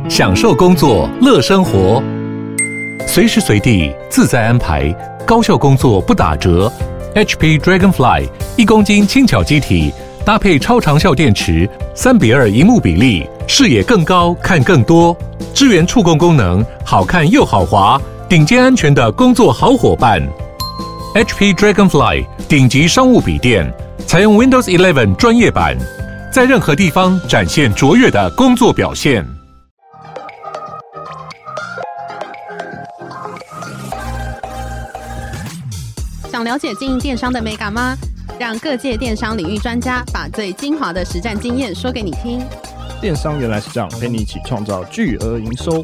享受工作，乐生活，随时随地自在安排，高效工作不打折。HP Dragonfly 1公斤轻巧机体，搭配超长效电池，3:2萤幕比例，视野更高，看更多，支援触控功能，好看又好滑，顶尖安全的工作好伙伴。HP Dragonfly 顶级商务笔电，采用 Windows 11专业版，在任何地方展现卓越的工作表现。 想了解经营电商的美感吗？让各界电商领域专家把最精华的实战经验说给你听。 电商原来是这样，陪你一起创造巨额营收。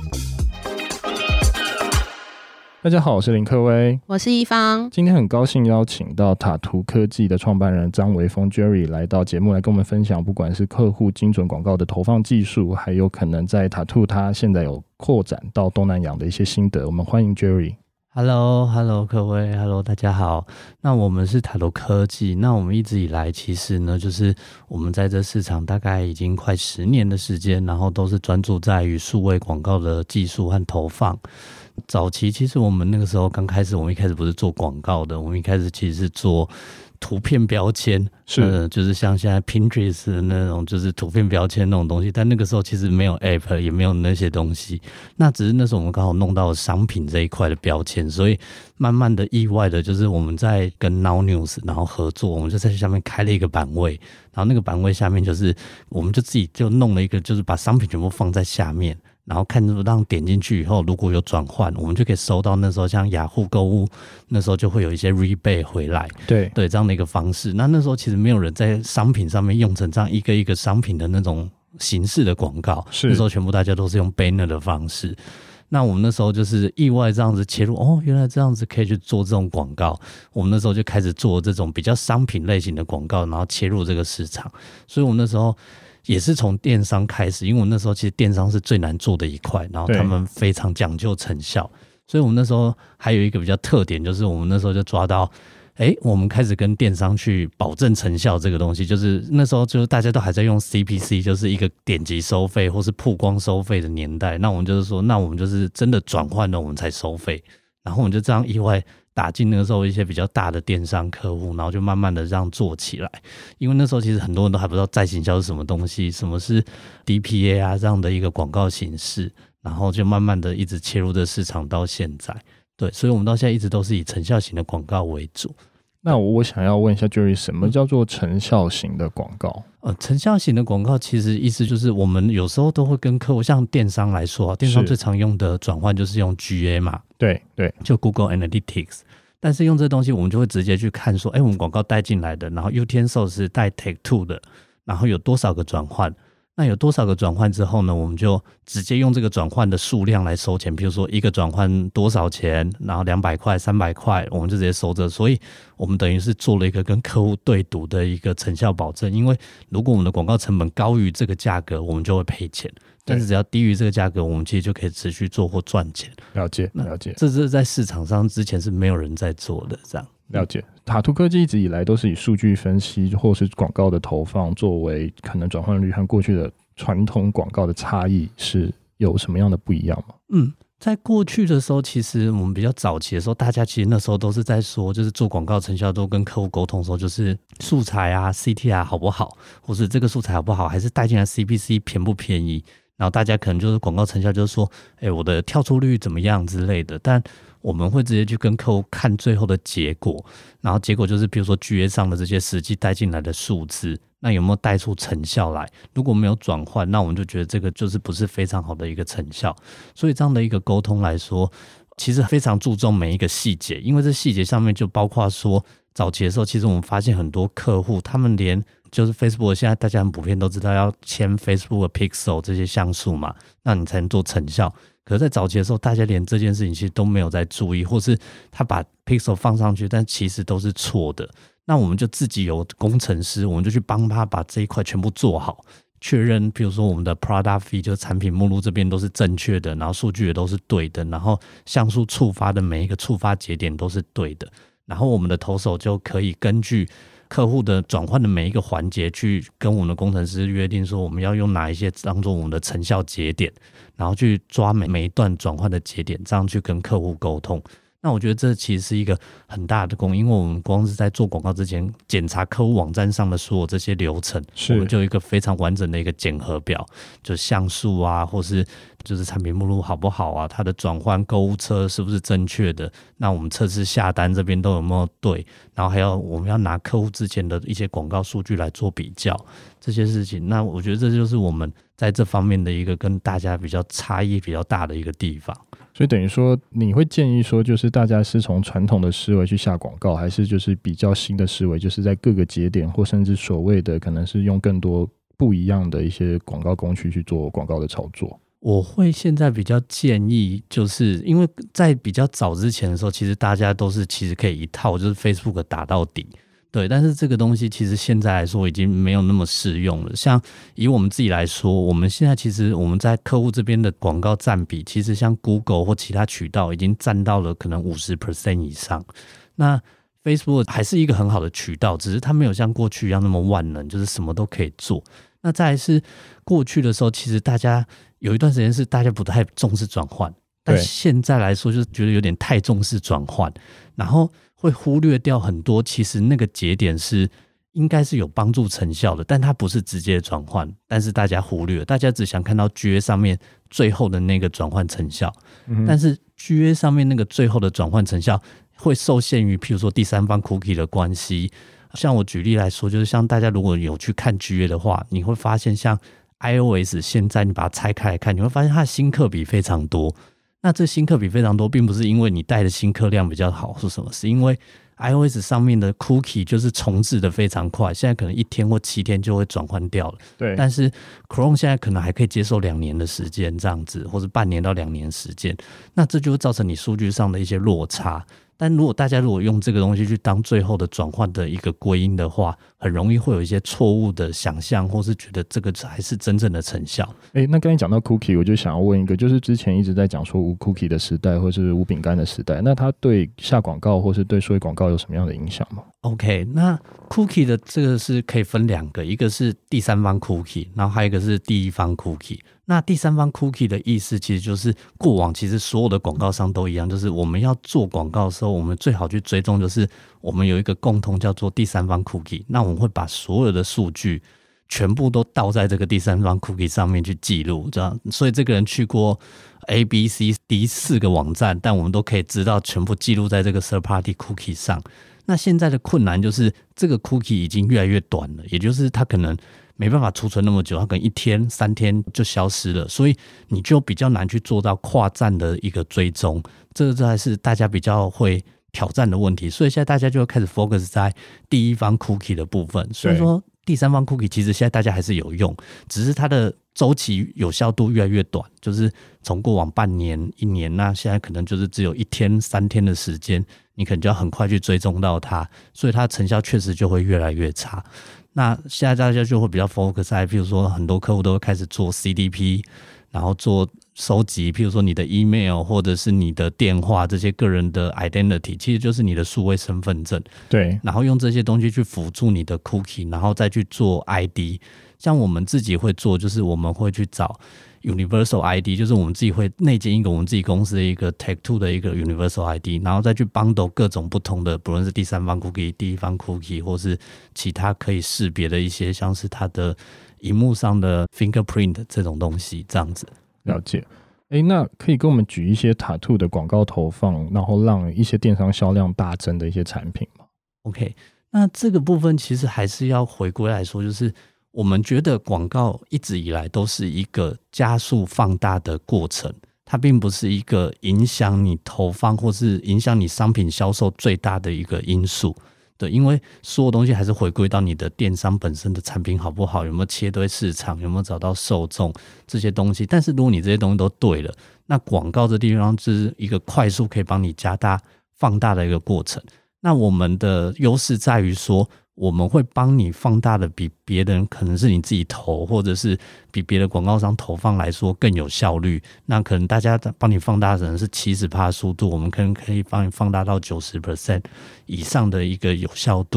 大家好，我是林克威， 我是一方。 今天很高兴邀请到塔图科技的创办人张维峰 Jerry 来到节目，来跟我们分享不管是客户精准广告的投放技术，还有可能在塔图它现在有扩展到东南亚的一些心得。我们欢迎 Jerry。Hello， 各位 ，Hello， 大家好。那我们是塔图科技，那我们一直以来其实呢，就是我们在这市场大概已经快10年的时间，然后都是专注在于数位广告的技术和投放。早期其实我们那个时候刚开始，我们一开始不是做广告的，我们一开始其实是做图片标签，就是像现在 Pinterest 的那种，就是图片标签那种东西。但那个时候其实没有 App， 也没有那些东西。那只是那时候我们刚好弄到了商品这一块的标签，所以慢慢的意外的，就是我们在跟 Now News 然后合作，我们就在下面开了一个版位，然后那个版位下面就是我们就自己就弄了一个，就是把商品全部放在下面。然后看让点进去以后，如果有转换，我们就可以收到那时候像雅虎购物那时候就会有一些 rebate 回来，对这样的一个方式。那时候其实没有人在商品上面用成这样一个一个商品的那种形式的广告，那时候全部大家都是用 banner 的方式。那我们那时候就是意外这样子切入，原来这样子可以去做这种广告。我们那时候就开始做这种比较商品类型的广告，然后切入这个市场。所以我们那时候也是从电商开始，因为我那时候其实电商是最难做的一块，然后他们非常讲究成效，所以我们那时候还有一个比较特点，就是我们那时候就抓到，我们开始跟电商去保证成效这个东西，就是那时候就是大家都还在用 CPC， 就是一个点击收费或是曝光收费的年代，那我们就是说，那我们就是真的转换了我们才收费，然后我们就这样意外打进那个时候一些比较大的电商客户，然后就慢慢的这样做起来。因为那时候其实很多人都还不知道再行销是什么东西，什么是 DPA 啊这样的一个广告形式，然后就慢慢的一直切入这市场到现在。对，所以我们到现在一直都是以成效型的广告为主。 那我想要问一下 Jerry， 什么叫做成效型的广告？ 成效型的广告其实意思就是我们有时候都会跟客户，像电商来说，电商最常用的转换就是用 GA 嘛，对，就 Google Analytics。但是用这东西我们就会直接去看说，我们广告带进来的，然后 Utensil 是带 Take 2的，然后有多少个转换，那有多少个转换之后呢，我们就直接用这个转换的数量来收钱，比如说一个转换多少钱，然后200块300块，我们就直接收着。所以我们等于是做了一个跟客户对赌的一个成效保证，因为如果我们的广告成本高于这个价格，我们就会赔钱，但是只要低于这个价格，我们其实就可以持续做或赚钱。 了解。 这是在市场上之前是没有人在做的，这样。 了解。塔图科技一直以来都是以数据分析或是广告的投放作为可能转换率和过去的传统广告的差异，是有什么样的不一样吗？ 在过去的时候，其实我们比较早期的时候，大家其实那时候都是在说，就是做广告成效都跟客户沟通的时候，就是素材啊 CTR 好不好，或是这个素材好不好，还是带进来 CPC 便不便宜，然后大家可能就是广告成效就是说我的跳出率怎么样之类的，但我们会直接去跟客户看最后的结果，然后结果就是比如说 GA 上的这些实际带进来的数字，那有没有带出成效来，如果没有转换，那我们就觉得这个就是不是非常好的一个成效。所以这样的一个沟通来说，其实非常注重每一个细节，因为这细节上面就包括说早期的时候，其实我们发现很多客户他们连就是 Facebook 现在大家很普遍都知道要签 Facebook 的 Pixel 这些像素嘛，那你才能做成效。可是在早期的时候，大家连这件事情其实都没有在注意，或是他把 Pixel 放上去，但其实都是错的。那我们就自己有工程师，我们就去帮他把这一块全部做好，确认比如说我们的 Product Feed 就是产品目录这边都是正确的，然后数据也都是对的，然后像素触发的每一个触发节点都是对的，然后我们的投手就可以根据客户的转换的每一个环节去跟我们的工程师约定说我们要用哪一些当做我们的成效节点，然后去抓每一段转换的节点，这样去跟客户沟通。那我觉得这其实是一个很大的功，因为我们光是在做广告之前检查客户网站上的所有这些流程，我们就有一个非常完整的一个检核表，就像素啊，或是就是产品目录好不好啊，它的转换购物车是不是正确的，那我们测试下单这边都有没有对，然后还有我们要拿客户之前的一些广告数据来做比较，这些事情，那我觉得这就是我们在这方面的一个跟大家比较差异比较大的一个地方。 所以等于说你会建议说就是大家是从传统的思维去下广告，还是就是比较新的思维，就是在各个节点或甚至所谓的可能是用更多不一样的一些广告工具去做广告的操作？ 我会现在比较建议，就是因为在比较早之前的时候，其实大家都是其实可以一套就是 Facebook 打到底，对，但是这个东西其实现在来说已经没有那么适用了。像以我们自己来说，我们现在其实我们在客户这边的广告占比，其实像 Google 或其他渠道已经占到了可能 50% 以上。那 Facebook 还是一个很好的渠道，只是它没有像过去一样那么万能，就是什么都可以做。那再来是过去的时候，其实大家有一段时间是大家不太重视转换，但现在来说就是觉得有点太重视转换，然后会忽略掉很多其实那个节点是应该是有帮助成效的，但它不是直接转换，但是大家忽略，大家只想看到 GA 上面最后的那个转换成效，但是 GA 上面那个最后的转换成效会受限于譬如说第三方 cookie 的关系。像我举例来说，就是像大家如果有去看 GA 的话，你会发现像 iOS 现在你把它拆开来看，你会发现它的新客比非常多。那这新客比非常多，并不是因为你带的新客量比较好是什么，是因为 iOS 上面的 cookie 就是重置的非常快，现在可能1天或7天就会转换掉了。 对， 但是 Chrome 现在可能还可以接受2年的时间这样子，或是半年到2年时间，那这就会造成你数据上的一些落差。但如果大家用这个东西去当最后的转换的一个归因的话，很容易会有一些错误的想象，或是觉得这个才是真正的成效。 那刚才讲到 cookie， 我就想要问一个，就是之前一直在讲说无 cookie 的时代或是无饼干的时代，那它对下广告或是对数位广告有什么样的影响吗？ OK， 那 cookie 的这个是可以分2个，一个是第三方 cookie， 然后还有一个是第一方 cookie。那第三方 cookie 的意思其实就是过往其实所有的广告商都一样，就是我们要做广告的时候，我们最好去追踪，就是我们有一个共同叫做第三方 cookie， 那我们会把所有的数据全部都倒在这个第三方 cookie 上面去记录，这样，所以这个人去过 A、B、C、D 4个网站，但我们都可以知道全部记录在这个 third party cookie 上。那现在的困难就是这个 cookie 已经越来越短了，也就是它可能没办法储存那么久，它可能1天3天就消失了，所以你就比较难去做到跨站的一个追踪，这还是大家比较会挑战的问题。所以现在大家就会开始 focus 在第一方 cookie 的部分，所以说第三方 cookie 其实现在大家还是有用，只是它的周期有效度越来越短，就是从过往半年1年，那现在可能就是只有1天3天的时间，你可能就要很快去追踪到它，所以它的成效确实就会越来越差。那现在大家就会比较 focus 在譬如说很多客户都会开始做 CDP， 然后做收集譬如说你的 email 或者是你的电话，这些个人的 identity 其实就是你的数位身份证， 对， 然后用这些东西去辅助你的 cookie， 然后再去做 ID。 像我们自己会做，就是我们会去找 Universal ID， 就是我们自己会内建一个我们自己公司的一个 Tag2 的一个 Universal ID， 然后再去 bundle 各种不同的，不论是第三方 cookie、第一方 cookie 或是其他可以识别的一些，像是它的萤幕上的 fingerprint 这种东西，这样子。 了解。那可以跟我们举一些Tattoo的广告投放，然后让一些电商销量大增的一些产品吗？ OK， 那这个部分其实还是要回归来说，就是我们觉得广告一直以来都是一个加速放大的过程，它并不是一个影响你投放或是影响你商品销售最大的一个因素。对，因为所有东西还是回归到你的电商本身的产品好不好，有没有切对市场，有没有找到受众这些东西。但是如果你这些东西都对了，那广告这地方就是一个快速可以帮你加大放大的一个过程。那我们的优势在于说，我们会帮你放大的比别人可能是你自己投，或者是比别的广告商投放来说更有效率。那可能大家帮你放大可能是 70% 的速度，我们可能可以帮你放大到 90% 以上的一个有效度。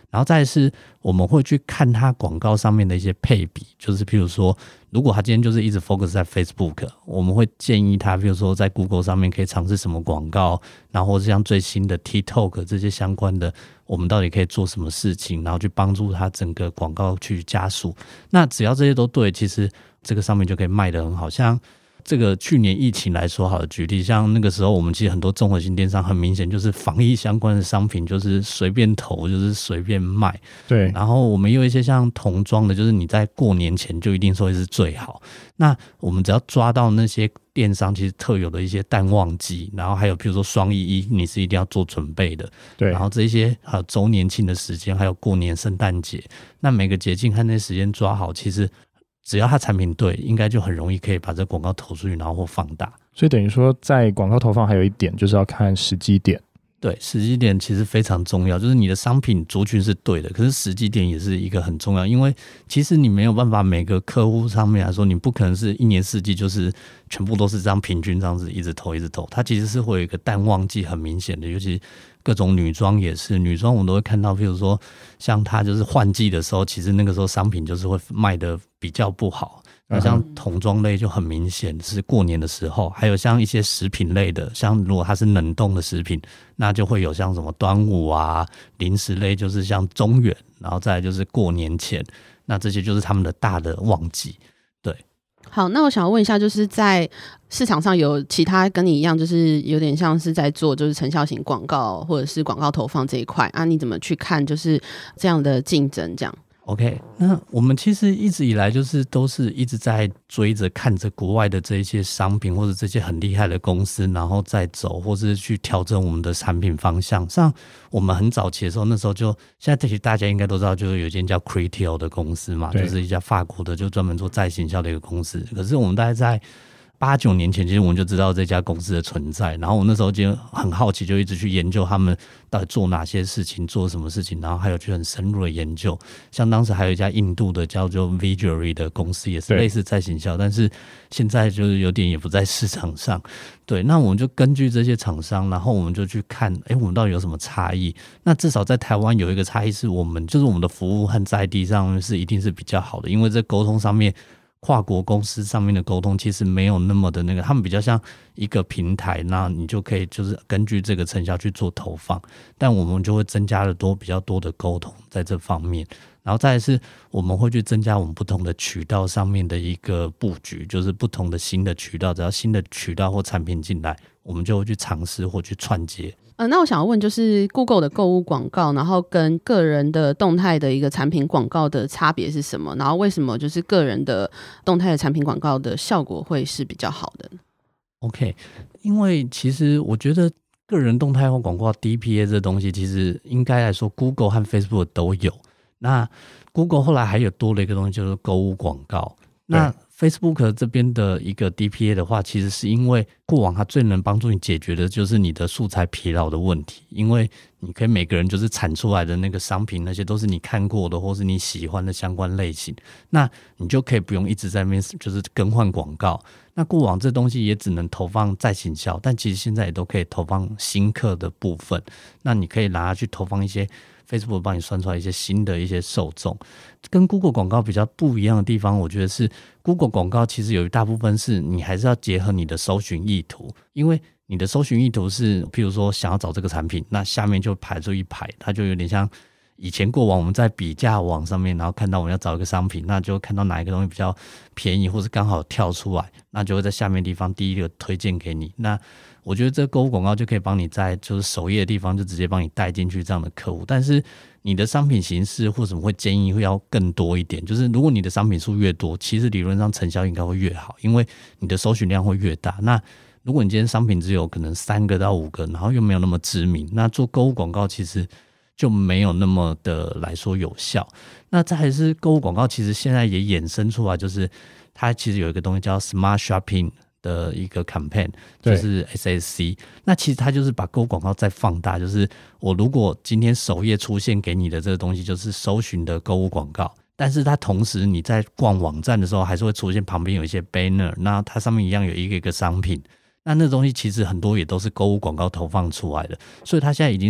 然后再来是我们会去看它广告上面的一些配比，就是譬如说如果他今天就是一直 focus 在 Facebook， 我们会建议他譬如说在 Google 上面可以尝试什么广告，然后或是像最新的 TikTok 这些相关的，我们到底可以做什么事情，然后去帮助他整个广告去加速。那只要这些都对，其实这个上面就可以卖得很好。像这个去年疫情来说好了，举例像那个时候我们其实很多综合性电商很明显就是防疫相关的商品就是随便投，就是随便卖。 对， 然后我们也有一些像童装的，就是你在过年前就一定说会是最好。那我们只要抓到那些电商其实特有的一些淡旺季，然后还有比如说双11你是一定要做准备的。 对， 然后这些还有周年庆的时间，还有过年圣诞节，那每个节庆和那些时间抓好，其实只要它产品对，应该就很容易可以把这广告投出去，然后或放大。 所以等于说在广告投放还有一点就是要看时机点。 对，时机点其实非常重要，就是你的商品族群是对的，可是时机点也是一个很重要，因为其实你没有办法每个客户上面来说，你不可能是一年四季就是全部都是这样平均这样子一直投，它其实是会有一个淡旺季很明显的，尤其各种女装也是，女装我们都会看到，譬如说像它就是换季的时候，其实那个时候商品就是会卖的比较不好。那像童装类就很明显是过年的时候，还有像一些食品类的，像如果它是冷冻的食品，那就会有像什么端午啊，零食类就是像中元，然后再来就是过年前，那这些就是他们的大的旺季。对， 好，那我想问一下，就是在市场上有其他跟你一样，就是有点像是在做就是成效型广告或者是广告投放这一块啊，你怎么去看就是这样的竞争这样 ？OK， 那我们其实一直以来就是都是一直在追着看着国外的这一些商品或者这些很厉害的公司，然后再走，或是去调整我们的产品方向。像我们很早期的时候，那时候就现在其实大家应该都知道，就是有一间叫 Criteo 的公司嘛，就是一家法国的，就专门做再行销的一个公司。可是我们大概在8、9年前，其实我们就知道这家公司的存在，然后我那时候就很好奇，就一直去研究他们到底做哪些事情，做什么事情，然后还有去很深入的研究。像当时还有一家印度的叫做 Visually 的公司，也是类似再行销，但是现在就是有点也不在市场上。对，那我们就根据这些厂商，然后我们就去看，我们到底有什么差异？那至少在台湾有一个差异是我们就是我们的服务和在地上面是一定是比较好的，因为在沟通上面。跨国公司上面的沟通其实没有那么的那个，他们比较像一个平台，那你就可以就是根据这个成效去做投放，但我们就会增加了比较多的沟通在这方面，然后再来是我们会去增加我们不同的渠道上面的一个布局，就是不同的新的渠道，只要新的渠道或产品进来，我们就会去尝试或去串接。 那我想要问，就是 Google 的购物广告，然后跟个人的动态的一个产品广告的差别是什么？然后为什么就是个人的动态的产品广告的效果会是比较好的 ？OK， 因为其实我觉得个人动态或广告 DPA 这东西，其实应该来说 Google 和 Facebook 都有。那 Google 后来还有多了一个东西，就是购物广告。那Facebook 这边的一个 DPA 的话，其实是因为过往它最能帮助你解决的就是你的素材疲劳的问题，因为你可以每个人就是产出来的那个商品，那些都是你看过的或是你喜欢的相关类型，那你就可以不用一直在那边就是更换广告。那过往这东西也只能投放再行销，但其实现在也都可以投放新客的部分，那你可以拿它去投放一些Facebook 帮你算出来一些新的一些受众。跟 Google 广告比较不一样的地方，我觉得是 Google 广告其实有一大部分是你还是要结合你的搜寻意图，因为你的搜寻意图是譬如说想要找这个产品，那下面就排出一排，它就有点像以前过往我们在比价网上面，然后看到我们要找一个商品，那就看到哪一个东西比较便宜或是刚好跳出来，那就会在下面地方第一个推荐给你。那我觉得这个购物广告就可以帮你在就是首页的地方就直接帮你带进去这样的客户，但是你的商品形式或什么会建议会要更多一点，就是如果你的商品数越多，其实理论上成效应该会越好，因为你的搜寻量会越大。那如果你今天商品只有可能3个到5个，然后又没有那么知名，那做购物广告其实就没有那么的来说有效。那再来是购物广告其实现在也衍生出来，就是它其实有一个东西叫 Smart Shopping的一个 campaign， 就是 SSC。 那其实它就是把购物广告再放大，就是我如果今天首页出现给你的这个东西就是搜寻的购物广告，但是它同时你在逛网站的时候还是会出现旁边有一些 banner， 那它上面一样有一个一个商品，那东西其实很多也都是购物广告投放出来的，所以它现在已经是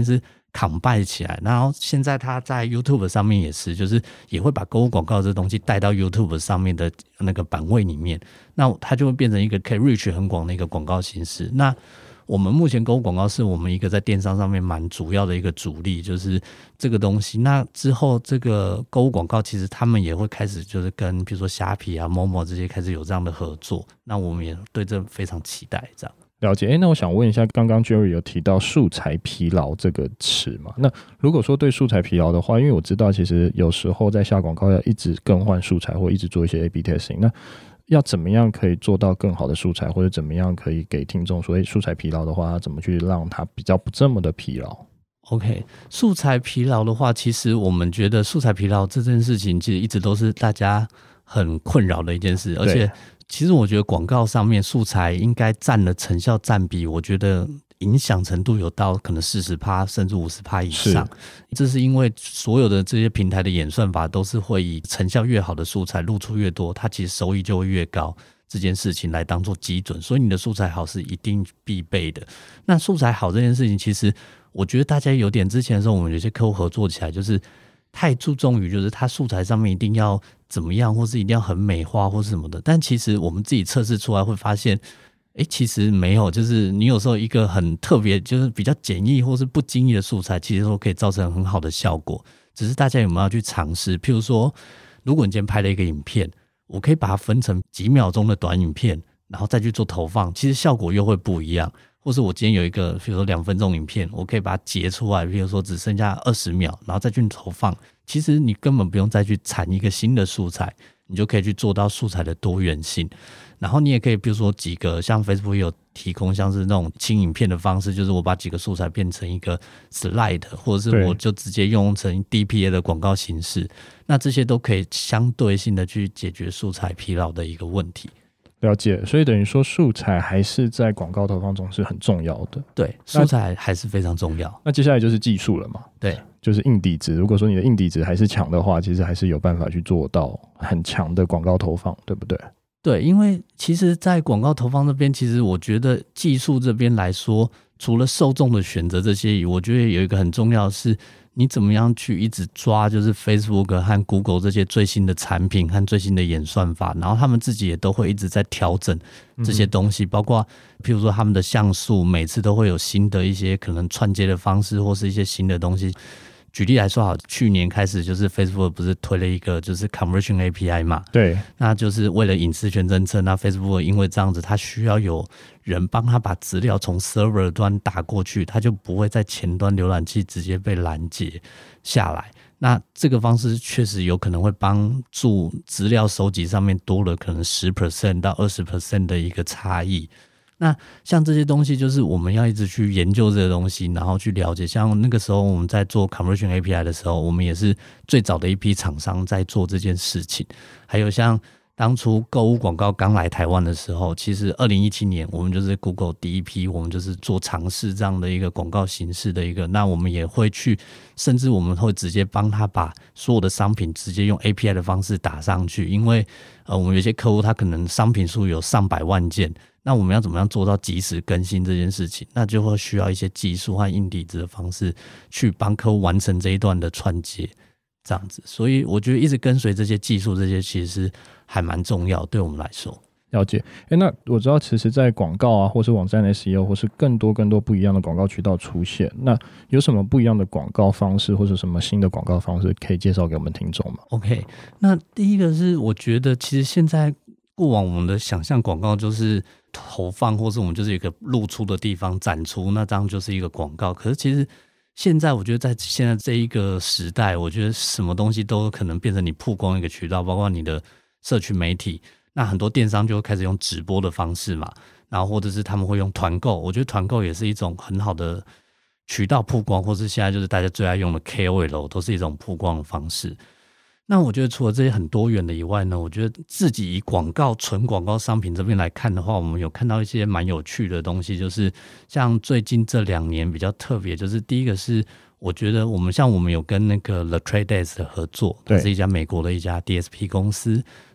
combine 起来，然后现在它在 YouTube 上面也是，就是也会把购物广告这东西带到 YouTube 上面的那个版位里面，那它就会变成一个可以 reach 很广的一个广告形式。那我们目前购物广告是我们一个在电商上面蛮主要的一个主力，就是这个东西。那之后这个购物广告其实他们也会开始就是跟比如说虾皮啊、Momo 这些开始有这样的合作，那我们也对这非常期待这样。 了解。那我想问一下，刚刚 Jerry 有提到素材疲劳这个词嘛？那如果说对素材疲劳的话，因为我知道其实有时候在下广告要一直更换素材或一直做一些 A/B testing， 那要怎么样可以做到更好的素材，或者怎么样可以给听众说素材疲劳的话，怎么去让它比较不这么的疲劳？ OK， 素材疲劳的话，其实我们觉得素材疲劳这件事情其实一直都是大家很困扰的一件事，而且其实我觉得广告上面素材应该占了成效占比，我觉得影响程度有到可能 40% 甚至 50% 以上。这是因为所有的这些平台的演算法都是会以成效越好的素材露出越多，它其实收益就会越高这件事情来当做基准，所以你的素材好是一定必备的。那素材好这件事情，其实我觉得大家有点之前的时候我们有些客户合作起来就是太注重于就是它素材上面一定要怎么样，或是一定要很美化或是什么的，但其实我们自己测试出来会发现其实没有，就是你有时候一个很特别就是比较简易或是不经意的素材，其实都可以造成很好的效果，只是大家有没有要去尝试。譬如说如果你今天拍了一个影片，我可以把它分成几秒钟的短影片，然后再去做投放，其实效果又会不一样。或是我今天有一个比如说2分钟影片，我可以把它截出来，比如说只剩下20秒，然后再去投放，其实你根本不用再去产一个新的素材，你就可以去做到素材的多元性。然后你也可以比如说几个像 Facebook 有提供像是那种轻影片的方式，就是我把几个素材变成一个 slide， 或者是我就直接用成 DPA 的广告形式，那这些都可以相对性的去解决素材疲劳的一个问题。 了解，所以等于说素材还是在广告投放中是很重要的。 对，素材还是非常重要。 那接下来就是技术了嘛？ 对， 就是硬底子。如果说你的硬底子还是强的话，其实还是有办法去做到很强的广告投放，对不对？ 对，因为其实在广告投放这边，其实我觉得技术这边来说，除了受众的选择这些，我觉得有一个很重要的是你怎么样去一直抓就是 Facebook 和 Google 这些最新的产品和最新的演算法，然后他们自己也都会一直在调整这些东西，包括譬如说他们的像素每次都会有新的一些可能串接的方式或是一些新的东西。举例来说好，去年开始就是 Facebook 不是推了一个就是 Conversion API 嘛？ 对， 那就是为了隐私权侦测，那 Facebook 因为这样子它需要有人帮他把资料从 server 端打过去，他就不会在前端浏览器直接被拦截下来。那这个方式确实有可能会帮助资料收集上面多了可能 10% 到 20% 的一个差异。那像这些东西就是我们要一直去研究这个东西，然后去了解。像那个时候我们在做 Conversion API 的时候，我们也是最早的一批厂商在做这件事情。还有像当初购物广告刚来台湾的时候，其实2017年我们就是 Google 第一批，我们就是做尝试这样的一个广告形式的一个，那我们也会去，甚至我们会直接帮他把所有的商品直接用 API 的方式打上去，因为我们有些客户他可能商品数有上百万件，那我们要怎么样做到即时更新这件事情，那就会需要一些技术和硬底子的方式去帮客户完成这一段的串接这样子。所以我觉得一直跟随这些技术，这些其实还蛮重要对我们来说。 了解。那我知道其实在广告啊或是网站 SEO 或是更多不一样的广告渠道出现，那有什么不一样的广告方式或是什么新的广告方式可以介绍给我们听众吗？ OK， 那第一个是我觉得其实现在过往我们的想象广告就是投放或是我们就是一个露出的地方展出，那这样就是一个广告。可是其实现在我觉得在现在这一个时代，我觉得什么东西都可能变成你曝光一个渠道，包括你的社群媒体，那很多电商就会开始用直播的方式嘛，然后或者是他们会用团购，我觉得团购也是一种很好的渠道曝光，或是现在就是大家最爱用的 KOL 都是一种曝光的方式。那我觉得除了这些很多元的以外呢，我觉得自己以纯广告商品这边来看的话，我们有看到一些蛮有趣的东西，就是像最近这2年比较特别，就是第一个是我觉得我们有跟那个 The Trade Desk 的合作，它是一家美国的一家 DSP 公司，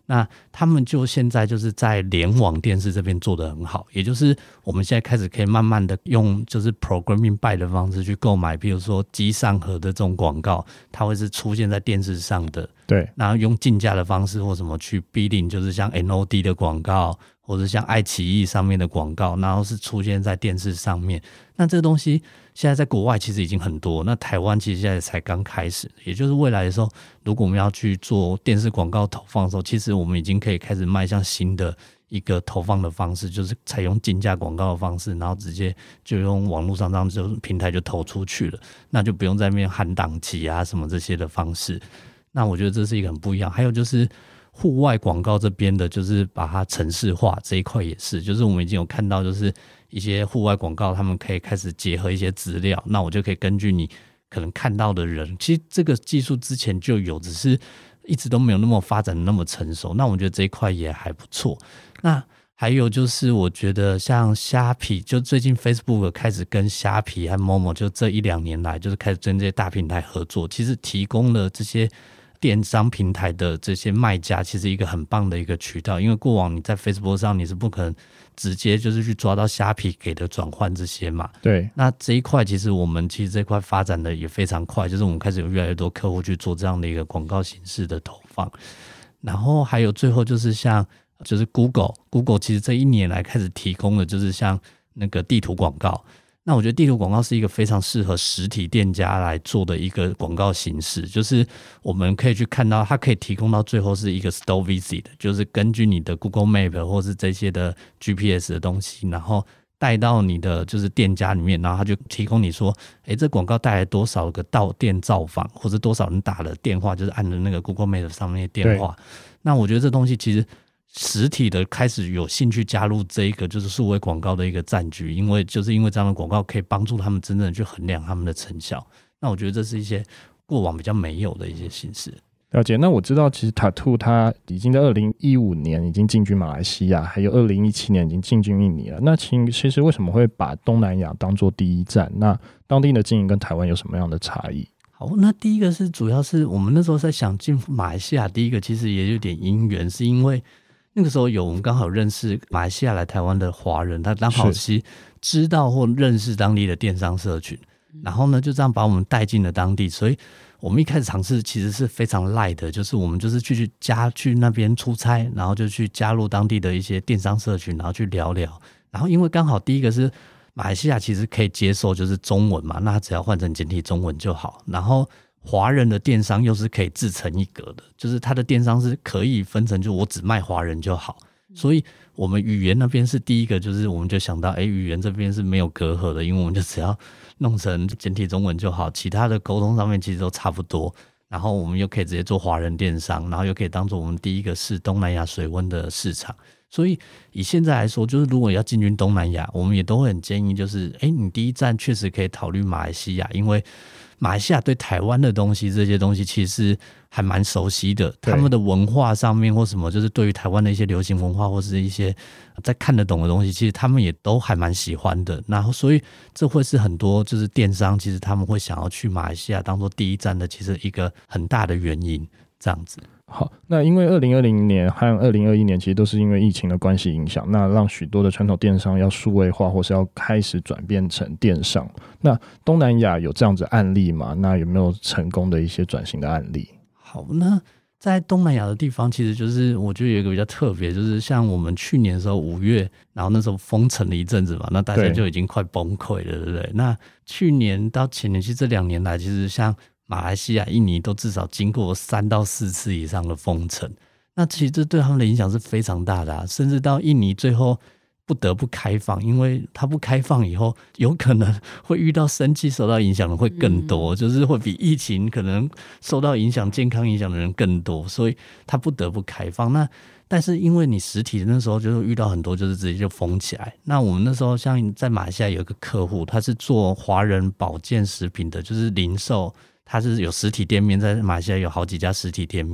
那他们就现在就是在联网电视这边做得很好，也就是我们现在开始可以慢慢的用就是 programming buy 的方式去购买，比如说机上盒的这种广告，它会是出现在电视上的， 对， 然后用竞价的方式或什么去 bidding， 就是像 NOD 的广告或者像爱奇艺上面的广告，然后是出现在电视上面。那这个东西现在在国外其实已经很多，那台湾其实现在才刚开始，也就是未来的时候，如果我们要去做电视广告投放的时候，其实我们已经可以开始迈向新的一个投放的方式，就是采用竞价广告的方式，然后直接就用网络上这样就平台就投出去了，那就不用在那边喊档期啊什么这些的方式。那我觉得这是一个很不一样。还有就是户外广告这边的，就是把它程式化这一块也是，就是我们已经有看到，就是一些户外广告他们可以开始结合一些资料，那我就可以根据你可能看到的人，其实这个技术之前就有，只是一直都没有那么发展的那么成熟，那我觉得这一块也还不错。那还有就是我觉得像虾皮，就最近 Facebook 开始跟虾皮和 Momo 就这1-2年来就是开始跟这些大平台合作，其实提供了这些电商平台的这些卖家其实一个很棒的一个渠道，因为过往你在 Facebook 上你是不可能直接就是去抓到虾皮给的转换这些嘛。 对， 那这一块其实我们其实这块发展的也非常快，就是我们开始有越来越多客户去做这样的一个广告形式的投放。然后还有最后就是像就是 Google 其实这1年来开始提供的就是像那个地图广告。那我觉得地图广告是一个非常适合实体店家来做的一个广告形式，就是我们可以去看到它可以提供到最后是一个 store visit， 就是根据你的 Google Map 或是这些的 GPS 的东西，然后带到你的就是店家里面，然后它就提供你说这广告带来多少个到店造访，或者多少人打了电话，就是按的那个 Google Map 上面的电话。那我觉得这东西其实实体的开始有兴趣加入这一个就是数位广告的一个战局，因为这样的广告可以帮助他们真正的去衡量他们的成效。那我觉得这是一些过往比较没有的一些形式。 了解。那我知道其实 Tattoo 它已经在2015年已经进军马来西亚，还有2017年已经进军印尼了。那其实为什么会把东南亚当作第一站？那当地的经营跟台湾有什么样的差异？ 好，那第一个是主要是我们那时候在想进马来西亚，第一个其实也有点因缘，是因为那个时候我们刚好认识马来西亚来台湾的华人，他刚好是知道或认识当地的电商社群，然后呢就这样把我们带进了当地。所以我们一开始尝试其实是非常赖的，就是我们就是去那边出差，然后就去加入当地的一些电商社群，然后去聊聊。然后因为刚好第一个是马来西亚其实可以接受就是中文嘛，那只要换成简体中文就好。然后华人的电商又是可以自成一格的，就是它的电商是可以分成就我只卖华人就好。所以我们语言那边是第一个，就是我们就想到语言这边是没有隔阂的，因为我们就只要弄成简体中文就好，其他的沟通上面其实都差不多。然后我们又可以直接做华人电商，然后又可以当做我们第一个是东南亚水温的市场。所以以现在来说，就是如果要进军东南亚，我们也都会很建议就是你第一站确实可以考虑马来西亚，因为马来西亚对台湾的东西这些东西其实还蛮熟悉的，他们的文化上面或什么就是对于台湾的一些流行文化或是一些在看得懂的东西，其实他们也都还蛮喜欢的。然后所以这会是很多就是电商其实他们会想要去马来西亚当做第一站的其实一个很大的原因这样子。 好，那因为2020年和2021年其实都是因为疫情的关系影响，那让许多的传统电商要数位化或是要开始转变成电商。那东南亚有这样子案例吗？那有没有成功的一些转型的案例？ 好，那在东南亚的地方其实就是我觉得有一个比较特别，就是像我们去年的时候5月，然后那时候封城了一阵子嘛，那大家就已经快崩溃了，对不对？那去年到前年其实这2年来其实像马来西亚、印尼都至少经过3到4次以上的封城，那其实这对他们的影响是非常大的甚至到印尼最后不得不开放，因为它不开放以后有可能会遇到生计受到影响的会更多，就是会比疫情可能受到影响、健康影响的人更多，所以它不得不开放。那但是因为你实体那时候就遇到很多就是直接就封起来，那我们那时候像在马来西亚有一个客户，他是做华人保健食品的，就是零售，他是有实体店面，在马来西亚有好几家实体店面。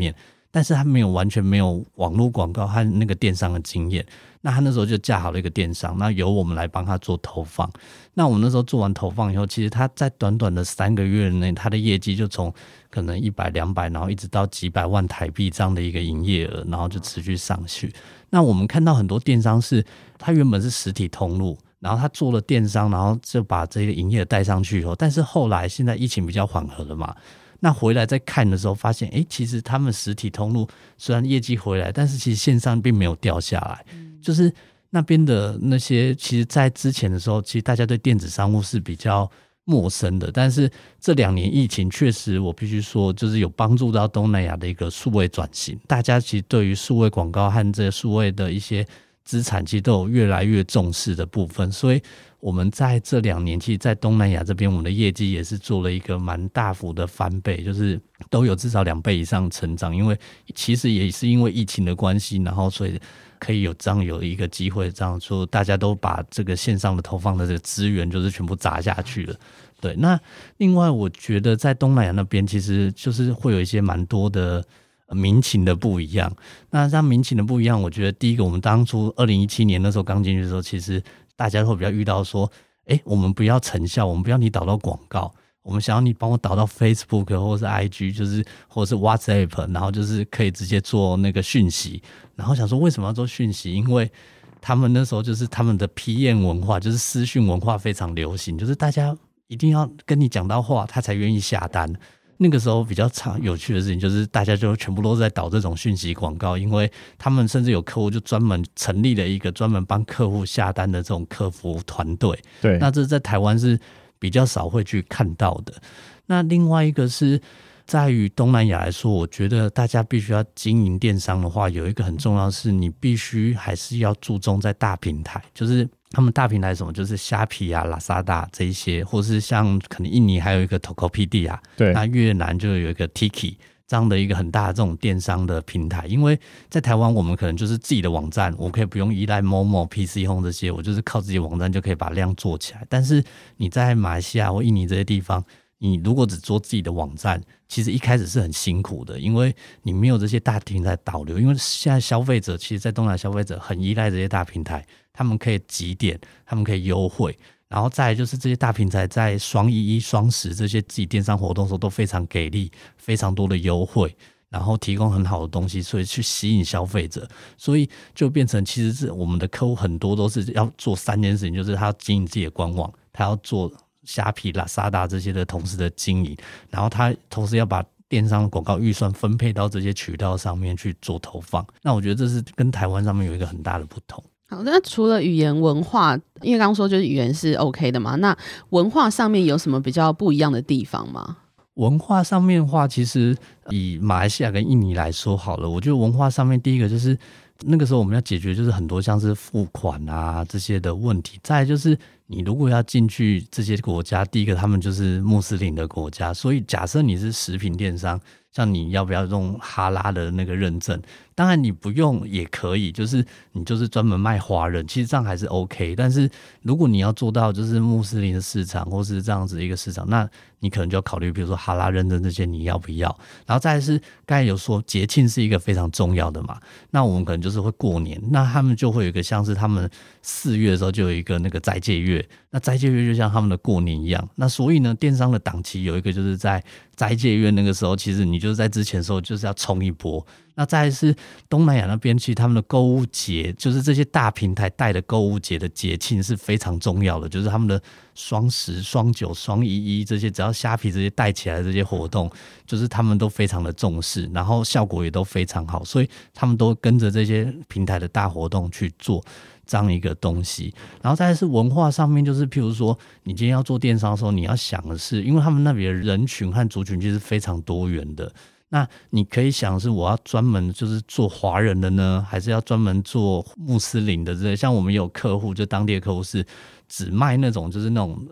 但是他完全没有网络广告和那个电商的经验。那他那时候就架好了一个电商，那由我们来帮他做投放。那我们那时候做完投放以后，其实他在短短的3个月内，他的业绩就从可能100、200，然后一直到几百万台币这样的一个营业额，然后就持续上去。那我们看到很多电商是，他原本是实体通路，然后他做了电商，然后就把这个营业额带上去以后，但是后来现在疫情比较缓和了嘛，那回来再看的时候发现，其实他们实体通路虽然业绩回来，但是其实线上并没有掉下来，就是那边的那些，其实在之前的时候，其实大家对电子商务是比较陌生的，但是这2年疫情确实我必须说就是有帮助到东南亚的一个数位转型，大家其实对于数位广告和这些数位的一些资产其实都有越来越重视的部分，所以我们在这2年其实在东南亚这边我们的业绩也是做了一个蛮大幅的翻倍，就是都有至少2倍以上成长，因为其实也是因为疫情的关系，然后所以可以有这样有一个机会，这样说大家都把这个线上的投放的这个资源就是全部砸下去了。对，那另外我觉得在东南亚那边其实就是会有一些蛮多的民情的不一样。那这样民情的不一样，我觉得第一个，我们当初2017年那时候刚进去的时候，其实大家会比较遇到说，我们不要成效，我们不要你导到广告，我们想要你帮我导到 Facebook 或是 IG， 就是或是 WhatsApp， 然后就是可以直接做那个讯息。然后想说为什么要做讯息？因为他们那时候就是他们的 PM 文化，就是私讯文化非常流行，就是大家一定要跟你讲到话，他才愿意下单。那个时候比较有趣的事情就是大家就全部都在导这种讯息广告，因为他们甚至有客户就专门成立了一个专门帮客户下单的这种客服团队。 对， 那这在台湾是比较少会去看到的。那另外一个是在于东南亚来说，我觉得大家必须要经营电商的话，有一个很重要的是你必须还是要注重在大平台，就是他们大平台什么，就是虾皮啊、Lazada 这一些，或是像可能印尼还有一个 Tokopedia， 对， 那越南就有一个 Tiki 这样的一个很大的这种电商的平台。因为在台湾我们可能就是自己的网站，我可以不用依赖 Momo、PC Home 这些，我就是靠自己的网站就可以把量做起来。但是你在马来西亚或印尼这些地方，你如果只做自己的网站，其实一开始是很辛苦的，因为你没有这些大平台导流。因为现在消费者其实在东南亚消费者很依赖这些大平台，他们可以集点，他们可以优惠，然后再来就是这些大平台在双11、双10这些自己电商活动的时候都非常给力，非常多的优惠，然后提供很好的东西，所以去吸引消费者。所以就变成其实是我们的客户很多都是要做3件事情，就是他要经营自己的官网，他要做虾皮、Lazada 这些的同时的经营，然后他同时要把电商广告预算分配到这些渠道上面去做投放。那我觉得这是跟台湾上面有一个很大的不同。 好，那除了语言文化，因为刚刚说就是语言是 OK 的嘛，那文化上面有什么比较不一样的地方吗？ 文化上面的话，其实以马来西亚跟印尼来说好了，我觉得文化上面第一个就是那个时候我们要解决就是很多像是付款啊这些的问题，再来就是你如果要进去这些国家，第一个他们就是穆斯林的国家，所以假设你是食品电商，像你要不要用哈拉的那个认证，当然你不用也可以，就是你就是专门卖华人，其实这样还是 OK。 但是如果你要做到就是穆斯林的市场或是这样子一个市场，那你可能就要考虑比如说哈拉认证这些你要不要。然后再来是刚才有说节庆是一个非常重要的嘛，那我们可能就是会过年，那他们就会有一个像是他们4月的时候就有一个那个斋戒月，那斋戒月就像他们的过年一样，那所以呢电商的档期有一个就是在斋戒月那个时候，其实你就是在之前的时候就是要冲一波。那再来是东南亚那边，其实他们的购物节，就是这些大平台带的购物节的节庆是非常重要的，就是他们的双10、双9、双11这些，只要虾皮这些带起来的这些活动，就是他们都非常的重视，然后效果也都非常好，所以他们都跟着这些平台的大活动去做这样一个东西。然后再来是文化上面，就是譬如说你今天要做电商的时候，你要想的是，因为他们那边的人群和族群其实非常多元的，那你可以想是我要专门就是做华人的呢，还是要专门做穆斯林的之类。像我们有客户，就当地的客户是只卖那种就是那种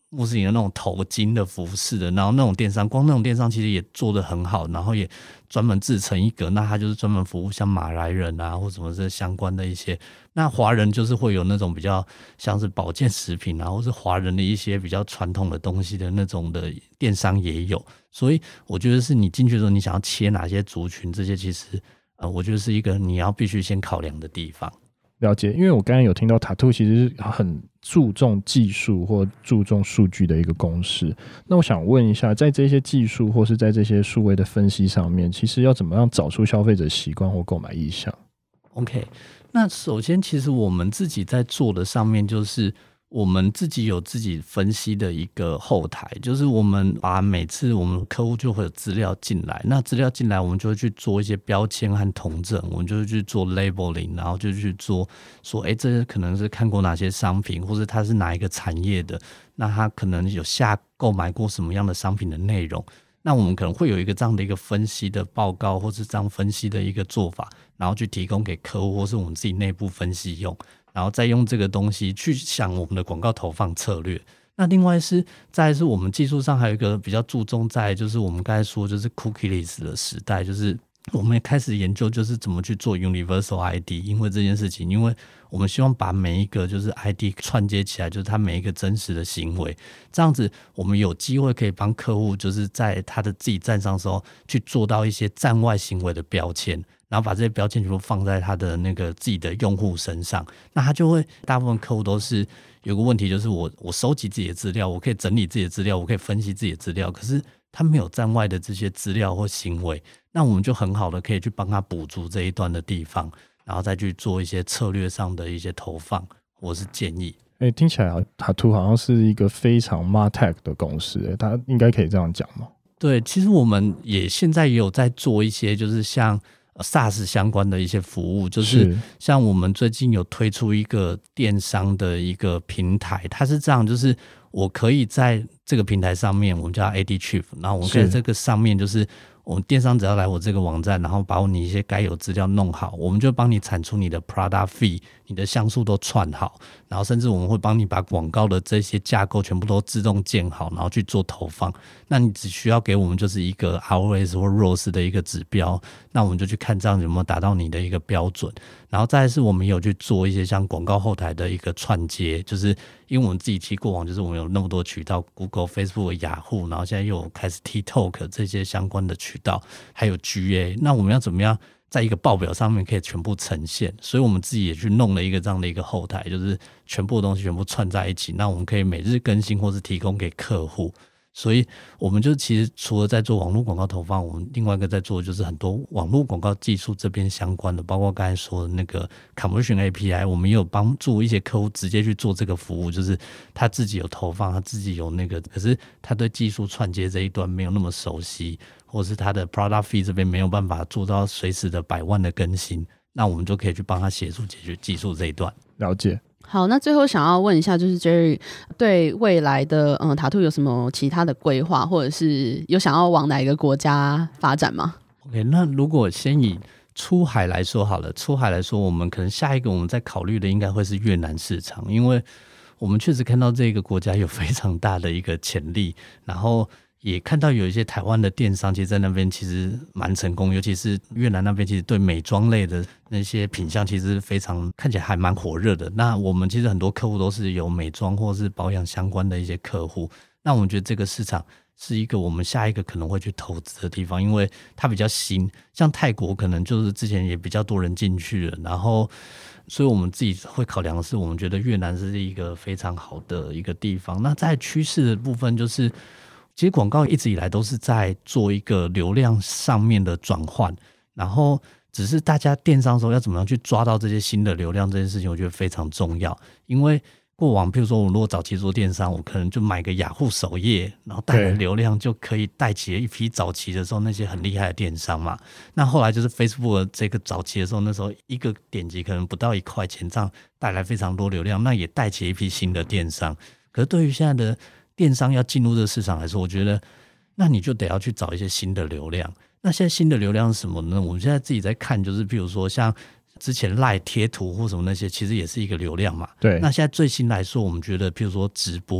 穆斯林的那种头巾的服饰的，然后那种电商，光那种电商其实也做得很好，然后也专门自成一格，那他就是专门服务像马来人啊或什么这相关的一些，那华人就是会有那种比较像是保健食品啊或是华人的一些比较传统的东西的那种的电商也有，所以我觉得是你进去的时候你想要切哪些族群，这些其实我觉得是一个你要必须先考量的地方。 了解，因为我刚才有听到 Tattoo 其实是很注重技术或注重数据的一个公司，那我想问一下，在这些技术或是在这些数位的分析上面，其实要怎么样找出消费者习惯或购买意向？ OK， 那首先其实我们自己在做的上面就是我们自己有自己分析的一个后台，就是我们把每次我们客户就会有资料进来，那资料进来我们就会去做一些标签和统整，我们就会去做 labeling， 然后就去做说这可能是看过哪些商品，或是它是哪一个产业的，那他可能有下购买过什么样的商品的内容，那我们可能会有一个这样的一个分析的报告，或是这样分析的一个做法，然后去提供给客户或是我们自己内部分析用，然后再用这个东西去想我们的广告投放策略。那另外再来是我们技术上还有一个比较注重在就是我们刚才说就是 cookieless 的时代，就是我们也开始研究就是怎么去做 universal ID， 因为这件事情，因为我们希望把每一个就是 ID 串接起来，就是它每一个真实的行为，这样子我们有机会可以帮客户就是在他的自己站上的时候去做到一些站外行为的标签，然后把这些标签全部放在他的那个自己的用户身上，那他就会大部分客户都是有个问题，就是我收集自己的资料，我可以整理自己的资料，我可以分析自己的资料，可是他没有站外的这些资料或行为，那我们就很好的可以去帮他补足这一段的地方，然后再去做一些策略上的一些投放或是建议。 听起来Tattoo好像是一个非常 MarTech 的公司，它应该可以这样讲吗？ 对，其实我们现在也有在做一些就是像SaaS 相关的一些服务，就是像我们最近有推出一个电商的一个平台，它是这样，就是我可以在这个平台上面，我们叫 AD Chief， 然后我们可以在这个上面就是我们电商只要来我这个网站，然后把你一些该有资料弄好，我们就帮你产出你的 Product Feed， 你的像素都串好，然后甚至我们会帮你把广告的这些架构全部都自动建好，然后去做投放。那你只需要给我们就是一个 ROS 或 ROAS 的一个指标，那我们就去看这样有没有达到你的一个标准。然后再来是我们有去做一些像广告后台的一个串接，就是因为我们自己其实过往就是我们有那么多渠道 Google、Facebook、雅虎，然后现在又有开始 TikTok 这些相关的渠道，还有 GA， 那我们要怎么样在一个报表上面可以全部呈现？所以我们自己也去弄了一个这样的一个后台，就是全部的东西全部串在一起，那我们可以每日更新或是提供给客户。所以我们就其实除了在做网络广告投放，我们另外一个在做的就是很多网络广告技术这边相关的，包括刚才说的那个 Conversion API， 我们也有帮助一些客户直接去做这个服务，就是他自己有投放，他自己有那个，可是他对技术串接这一端没有那么熟悉，或是他的 Product Feed 这边没有办法做到随时的100万的更新，那我们就可以去帮他协助解决技术这一段。 了解。 好，那最后想要问一下，就是 Jerry 对未来的Tattoo 有什么其他的规划，或者是有想要往哪一个国家发展吗？ OK， 那如果先以出海来说好了，出海来说我们可能下一个我们在考虑的应该会是越南市场，因为我们确实看到这个国家有非常大的一个潜力，然后也看到有一些台湾的电商其实在那边其实蛮成功，尤其是越南那边其实对美妆类的那些品项其实非常看起来还蛮火热的，那我们其实很多客户都是有美妆或是保养相关的一些客户，那我们觉得这个市场是一个我们下一个可能会去投资的地方，因为它比较新，像泰国可能就是之前也比较多人进去了，然后所以我们自己会考量的是我们觉得越南是一个非常好的一个地方。那在趋势的部分就是其实广告一直以来都是在做一个流量上面的转换，然后只是大家电商的时候要怎么样去抓到这些新的流量，这件事情我觉得非常重要。因为过往譬如说我如果早期做电商，我可能就买个雅虎首页，然后带来流量就可以带起了一批早期的时候那些很厉害的电商嘛。那后来就是 Facebook 这个早期的时候，那时候一个点击可能不到1块钱，这样带来非常多流量，那也带起一批新的电商。可是对于现在的电商要进入这个市场来说，我觉得那你就得要去找一些新的流量。那现在新的流量是什么呢？我们现在自己在看，就是比如说像之前 LINE 贴图或什么那些，其实也是一个流量嘛。 对。 那现在最新来说，我们觉得譬如说直播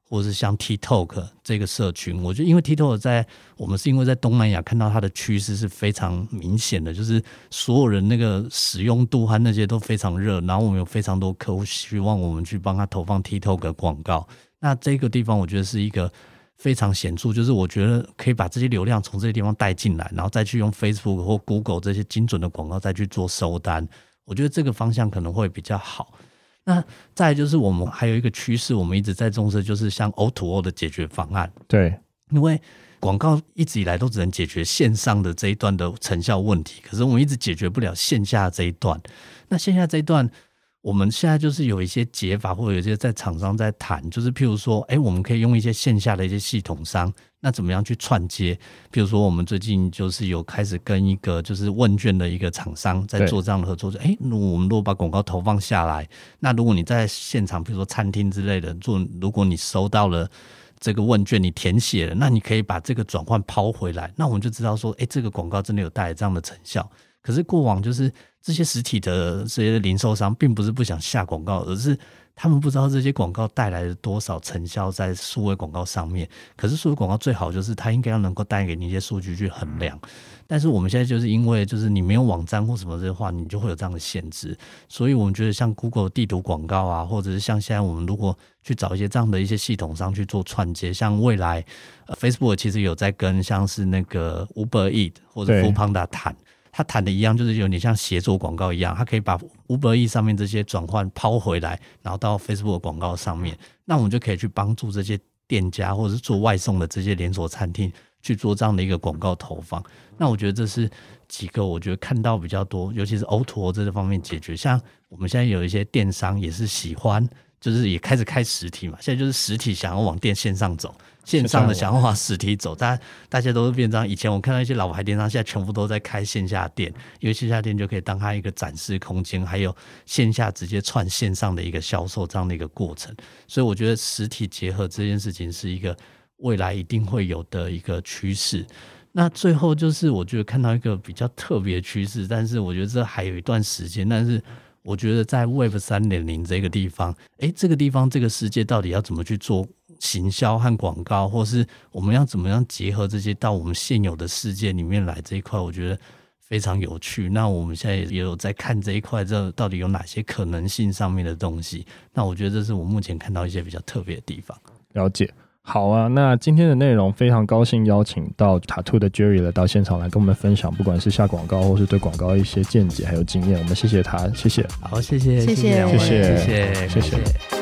或者是像 TikTok 这个社群，我觉得因为 TikTok 我们是因为在东南亚看到它的趋势是非常明显的，就是所有人那个使用度和那些都非常热，然后我们有非常多客户希望我们去帮他投放 TikTok 的广告。那这个地方我觉得是一个非常显著，就是我觉得可以把这些流量从这些地方带进来，然后再去用 Facebook 或 Google 这些精准的广告再去做收单，我觉得这个方向可能会比较好。那再来就是我们还有一个趋势，我们一直在重视，就是像 O2O 的解决方案。 对， 因为广告一直以来都只能解决线上的这一段的成效问题，可是我们一直解决不了线下这一段。那线下这一段，我们现在就是有一些解法，或者有一些在厂商在谈，就是譬如说，我们可以用一些线下的一些系统商，那怎么样去串接？譬如说，我们最近就是有开始跟一个就是问卷的一个厂商在做这样的合作，我们如果把广告投放下来，那如果你在现场，譬如说餐厅之类的如果你收到了这个问卷，你填写了，那你可以把这个转换抛回来，那我们就知道说，这个广告真的有带来这样的成效。可是过往就是这些实体的这些零售商并不是不想下广告，而是他们不知道这些广告带来了多少成效在数位广告上面。可是数位广告最好就是它应该要能够带给你一些数据去衡量，但是我们现在就是因为就是你没有网站或什么的话，你就会有这样的限制。所以我们觉得像 Google 地图广告啊，或者是像现在我们如果去找一些这样的一些系统商去做串接，像未来Facebook 其实有在跟像是那个 Uber Eats 或者 Foodpanda 谈，他谈的一样，就是有点像协作广告一样，他可以把 Uber Eats 上面这些转换抛回来，然后到 Facebook 的广告上面，那我们就可以去帮助这些店家或者是做外送的这些连锁餐厅去做这样的一个广告投放。那我觉得这是几个我觉得看到比较多，尤其是 O2O 这方面解决。像我们现在有一些电商也是喜欢，就是也开始开实体嘛，现在就是实体想要往线上走，线上的想要往实体走，大家都是变这样。以前我看到一些老牌电商，现在全部都在开线下店，因为线下店就可以当它一个展示空间，还有线下直接串线上的一个销售这样的一个过程。所以我觉得实体结合这件事情是一个未来一定会有的一个趋势。那最后就是我觉得看到一个比较特别的趋势，但是我觉得这还有一段时间，但是我觉得在 Web 3.0 这个地方，这个地方这个世界到底要怎么去做行销和广告，或是我们要怎么样结合这些到我们现有的世界里面来，这一块我觉得非常有趣。那我们现在也有在看这一块，这到底有哪些可能性上面的东西，那我觉得这是我目前看到一些比较特别的地方。 了解。好啊，那今天的内容非常高兴邀请到Tattoo的 Jerry 来到现场来跟我们分享，不管是下广告或是对广告一些见解还有经验，我们谢谢他，谢谢。 好，谢谢， 谢谢。